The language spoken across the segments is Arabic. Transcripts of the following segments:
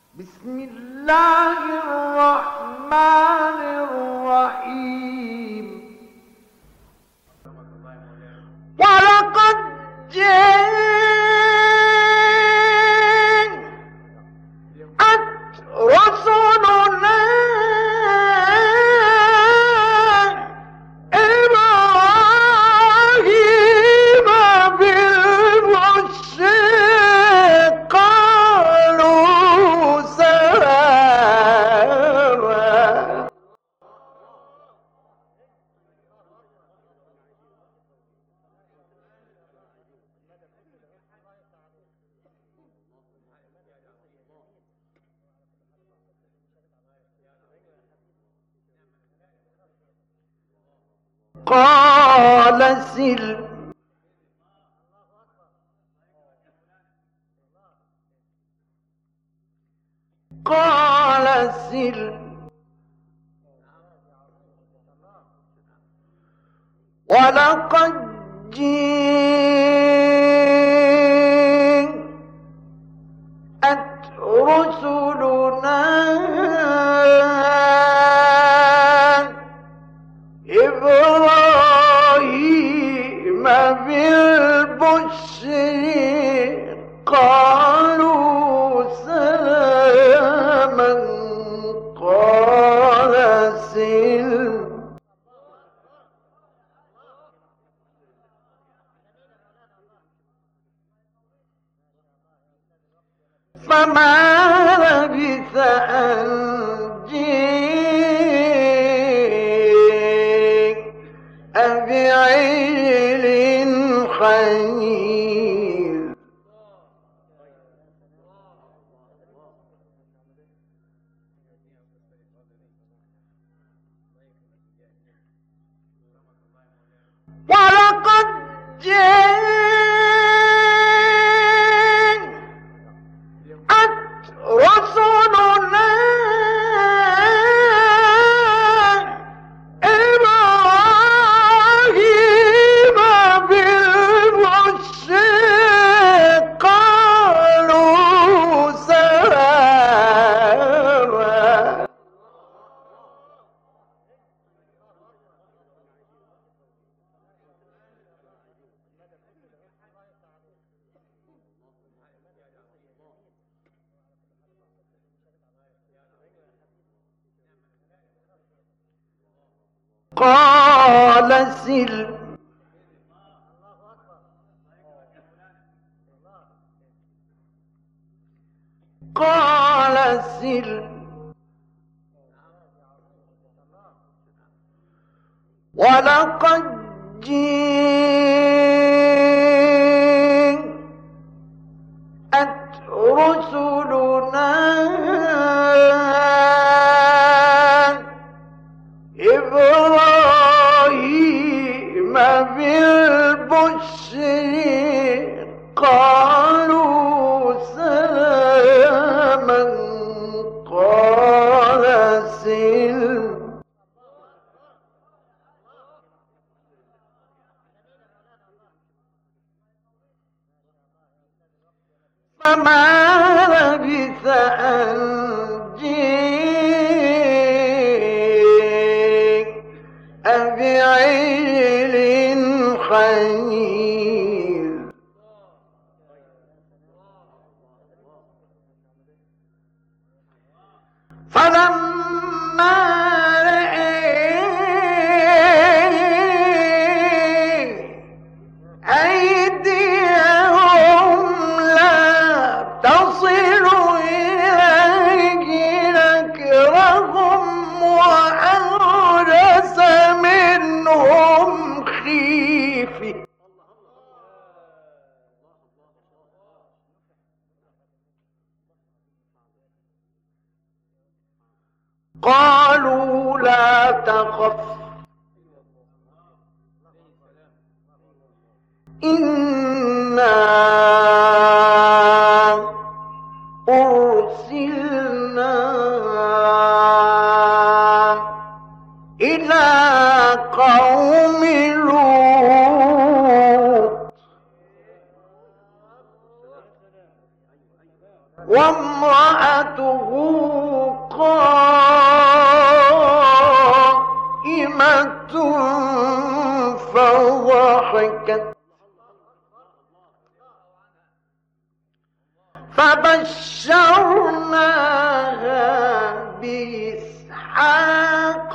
بسم الله الرحمن الرحيم. ولقد جاءت رسلنا إبراهيم بالبشر قالوا سلاما. قال سلم. قال سلم. ولقد جاءت رسلنا إبراهيم بالبشر قالوا سلاما. قال سلم. فما لبث أن جاء بعجل حنيذ. ولقد جاءت رسلنا إبراهيم بالبشر قالوا سلاما. قال سلم. قال سلم. ولقد جاءت رسلنا إبراهيم بالبشر قالوا سلاما. قال سلم. فما لبث أن جاء بعجل حنيذ. فلما رأى أيديهم لا تصل إليه نكرهم وأوجس منهم خيفة. قالوا لا تخف إنا أرسلنا إلى قوم لوط وامرأته وامرأته قائمة فضحكت فبشرناها بإسحاق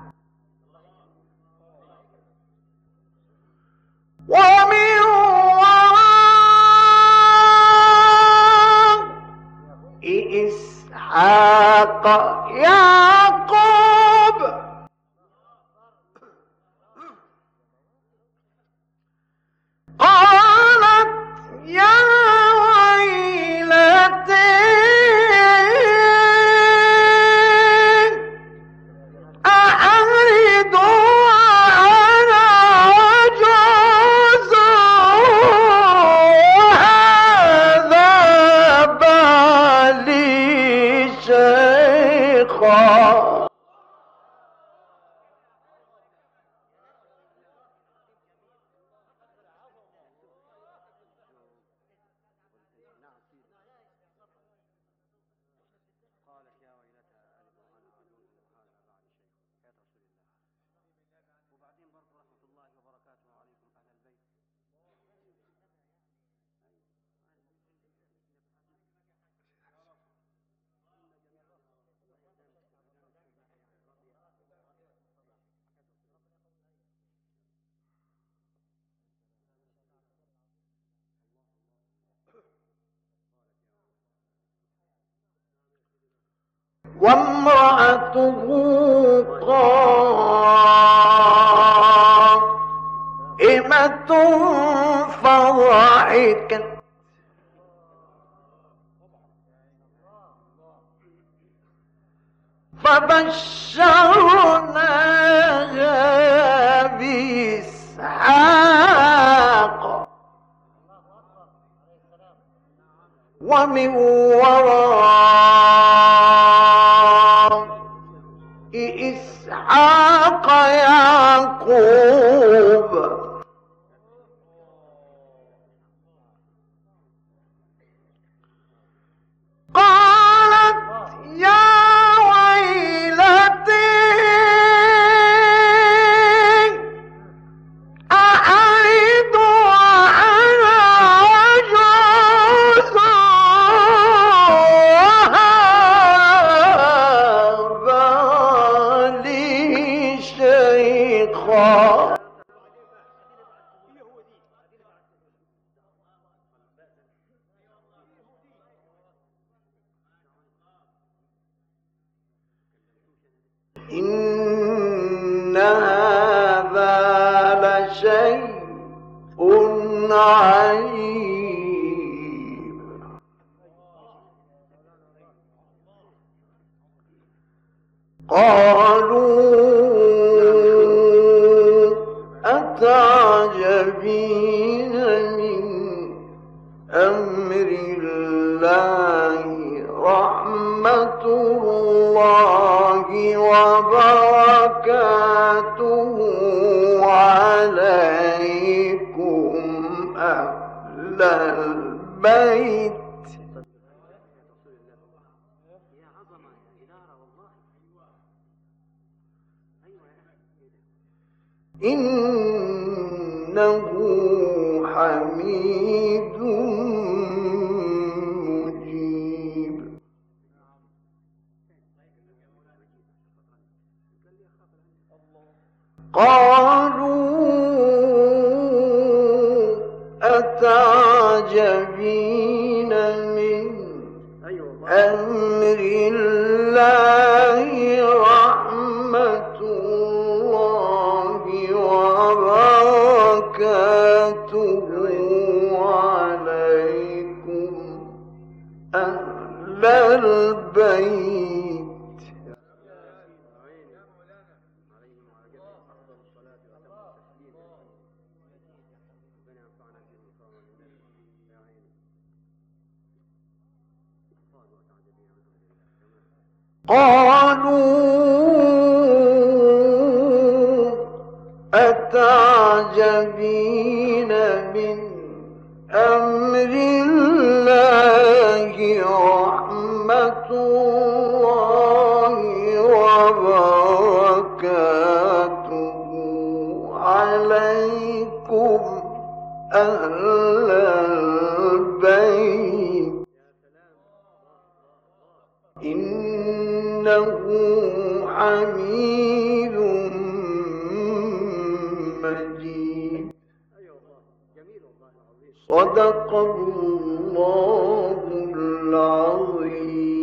ومن وراء إسحاق يعقوب قالت يا ويلتي أألد وأنا عجوز وهذا بالي شيخا. وامرأته قائمة فضحكت فبشرناها بإسحاق ومن وراء إسحاق يعقوب قالت يا ويلتي أألد وأنا عجوز وهذا لي شيخا. إن هذا لشيء عجيب. قالوا أتعجبين من أمر الله رحمة الله وبركاته عليكم أهل البيت إنه حميد مجيب. قالوا أتعجبين من أمر الله رحمة الله وبركاته عليكم أهل البيت قالوا أتعجبين من أمر الله رحمة الله وبركاته عليكم أهل البيت إنه حميد مجيد. صدق الله العظيم.